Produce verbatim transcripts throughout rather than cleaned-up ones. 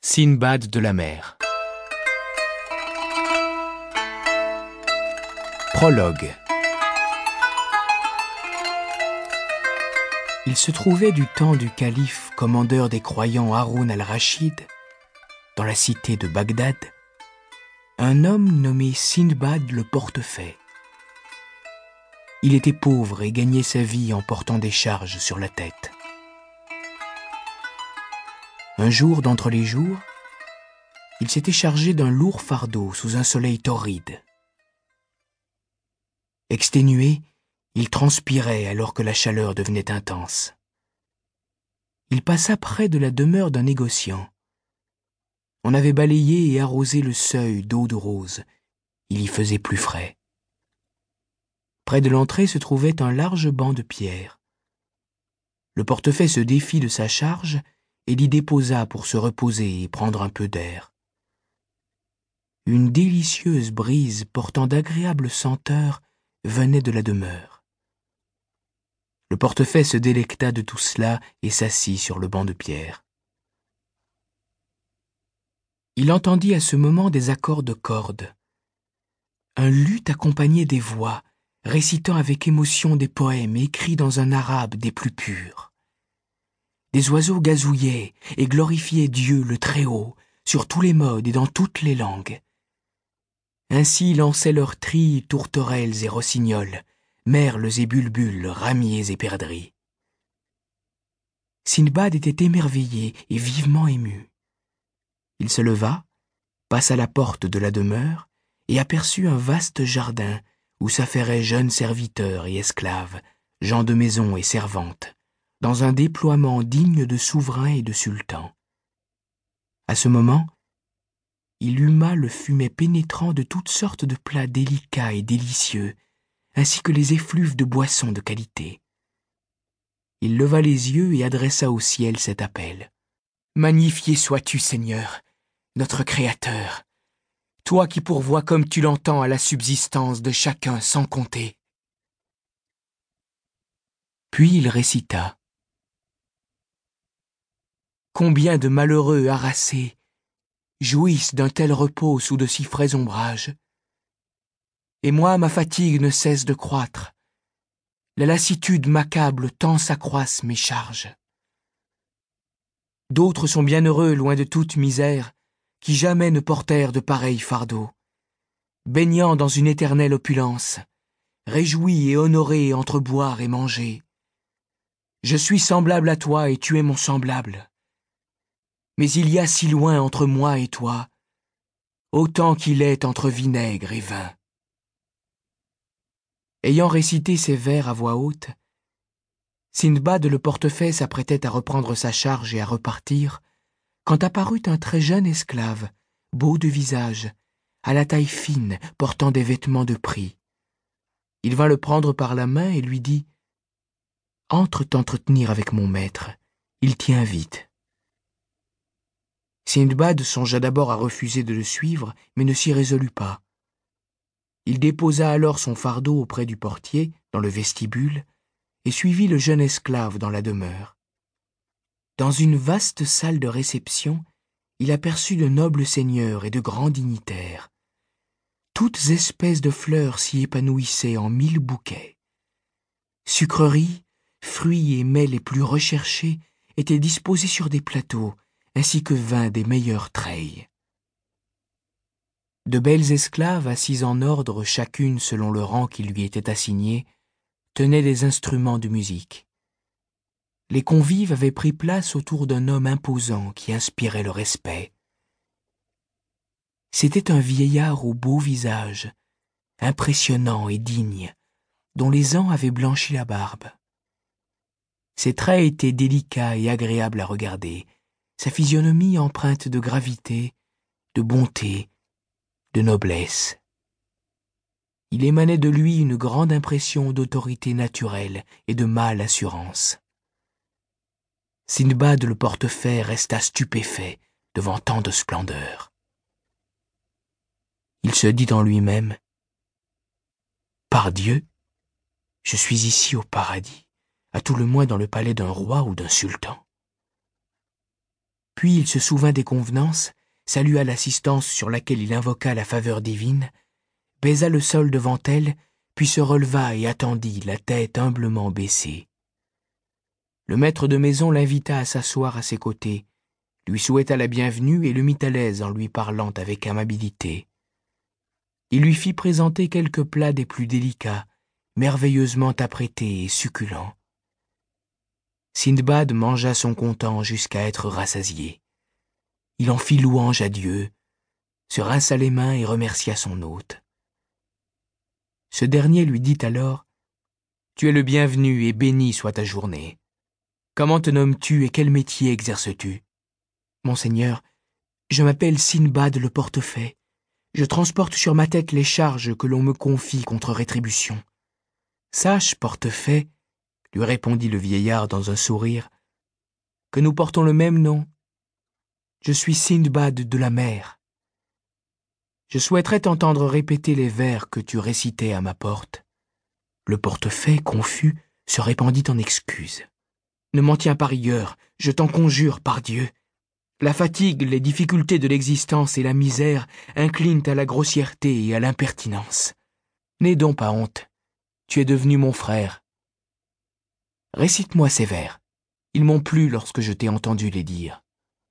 Sindbad de la mer. Prologue. Il se trouvait du temps du calife commandeur des croyants Haroun al-Rachid, dans la cité de Bagdad, un homme nommé Sindbad le Portefaix. Il était pauvre et gagnait sa vie en portant des charges sur la tête. Un jour d'entre les jours, il s'était chargé d'un lourd fardeau sous un soleil torride. Exténué, il transpirait alors que la chaleur devenait intense. Il passa près de la demeure d'un négociant. On avait balayé et arrosé le seuil d'eau de rose. Il y faisait plus frais. Près de l'entrée se trouvait un large banc de pierre. Le portefaix se défit de sa charge et l'y déposa pour se reposer et prendre un peu d'air. Une délicieuse brise portant d'agréables senteurs venait de la demeure. Le portefaix se délecta de tout cela et s'assit sur le banc de pierre. Il entendit à ce moment des accords de cordes. Un luth accompagnait des voix, récitant avec émotion des poèmes écrits dans un arabe des plus purs. Des oiseaux gazouillaient et glorifiaient Dieu le Très-Haut sur tous les modes et dans toutes les langues. Ainsi lançaient leurs trilles tourterelles et rossignols, merles et bulbules, ramiers et perdrix. Sindbad était émerveillé et vivement ému. Il se leva, passa la porte de la demeure et aperçut un vaste jardin où s'affairaient jeunes serviteurs et esclaves, gens de maison et servantes, dans un déploiement digne de souverains et de sultans. À ce moment, il huma le fumet pénétrant de toutes sortes de plats délicats et délicieux, ainsi que les effluves de boissons de qualité. Il leva les yeux et adressa au ciel cet appel. « Magnifié sois-tu, Seigneur, notre Créateur, toi qui pourvois comme tu l'entends à la subsistance de chacun sans compter. » Puis il récita. « Combien de malheureux harassés jouissent d'un tel repos sous de si frais ombrages. Et moi, ma fatigue ne cesse de croître. La lassitude m'accable tant s'accroissent mes charges. D'autres sont bienheureux loin de toute misère, qui jamais ne portèrent de pareils fardeaux, baignant dans une éternelle opulence, réjouis et honorés entre boire et manger. Je suis semblable à toi et tu es mon semblable. Mais il y a si loin entre moi et toi, autant qu'il est entre vinaigre et vin. » Ayant récité ces vers à voix haute, Sindbad le portefaix s'apprêtait à reprendre sa charge et à repartir, quand apparut un très jeune esclave, beau de visage, à la taille fine, portant des vêtements de prix. Il vint le prendre par la main et lui dit « Entre t'entretenir avec mon maître, il t'y invite. » Sindbad songea d'abord à refuser de le suivre, mais ne s'y résolut pas. Il déposa alors son fardeau auprès du portier, dans le vestibule, et suivit le jeune esclave dans la demeure. Dans une vaste salle de réception, il aperçut de nobles seigneurs et de grands dignitaires. Toutes espèces de fleurs s'y épanouissaient en mille bouquets. Sucreries, fruits et mets les plus recherchés étaient disposés sur des plateaux, ainsi que vin des meilleurs treilles. De belles esclaves assises en ordre, chacune selon le rang qui lui était assigné, tenaient des instruments de musique. Les convives avaient pris place autour d'un homme imposant qui inspirait le respect. C'était un vieillard au beau visage, impressionnant et digne, dont les ans avaient blanchi la barbe. Ses traits étaient délicats et agréables à regarder, sa physionomie empreinte de gravité, de bonté, de noblesse. Il émanait de lui une grande impression d'autorité naturelle et de mâle assurance. Sindbad le portefaix resta stupéfait devant tant de splendeur. Il se dit en lui-même « Par Dieu, je suis ici au paradis, à tout le moins dans le palais d'un roi ou d'un sultan. » Puis il se souvint des convenances, salua l'assistance sur laquelle il invoqua la faveur divine, baisa le sol devant elle, puis se releva et attendit, la tête humblement baissée. Le maître de maison l'invita à s'asseoir à ses côtés, lui souhaita la bienvenue et le mit à l'aise en lui parlant avec amabilité. Il lui fit présenter quelques plats des plus délicats, merveilleusement apprêtés et succulents. Sindbad mangea son content jusqu'à être rassasié. Il en fit louange à Dieu, se rinça les mains et remercia son hôte. Ce dernier lui dit alors : « Tu es le bienvenu et béni soit ta journée. Comment te nommes-tu et quel métier exerces-tu ? » « Monseigneur, je m'appelle Sindbad le portefaix. Je transporte sur ma tête les charges que l'on me confie contre rétribution. »« Sache, portefaix, » lui répondit le vieillard dans un sourire, « que nous portons le même nom. Je suis Sindbad de la mer. Je souhaiterais t'entendre répéter les vers que tu récitais à ma porte. » Le portefaix, confus, se répandit en excuses. « Ne m'en tiens pas rigueur, je t'en conjure par Dieu. La fatigue, les difficultés de l'existence et la misère inclinent à la grossièreté et à l'impertinence. N'aie donc pas honte, tu es devenu mon frère. Récite-moi ces vers, ils m'ont plu lorsque je t'ai entendu les dire. »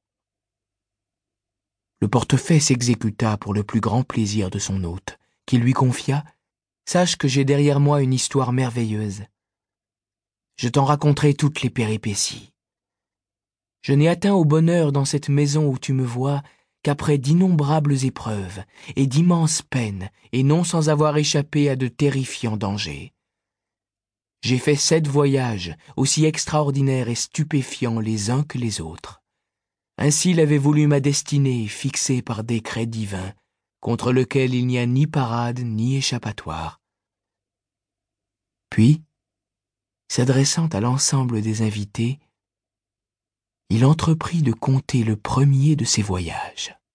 Le portefaix s'exécuta pour le plus grand plaisir de son hôte, qui lui confia : « Sache que j'ai derrière moi une histoire merveilleuse. Je t'en raconterai toutes les péripéties. Je n'ai atteint au bonheur dans cette maison où tu me vois qu'après d'innombrables épreuves et d'immenses peines, et non sans avoir échappé à de terrifiants dangers. J'ai fait sept voyages, aussi extraordinaires et stupéfiants les uns que les autres. Ainsi l'avait voulu ma destinée, fixée par décret divin, contre lequel il n'y a ni parade ni échappatoire. » Puis, s'adressant à l'ensemble des invités, il entreprit de conter le premier de ses voyages.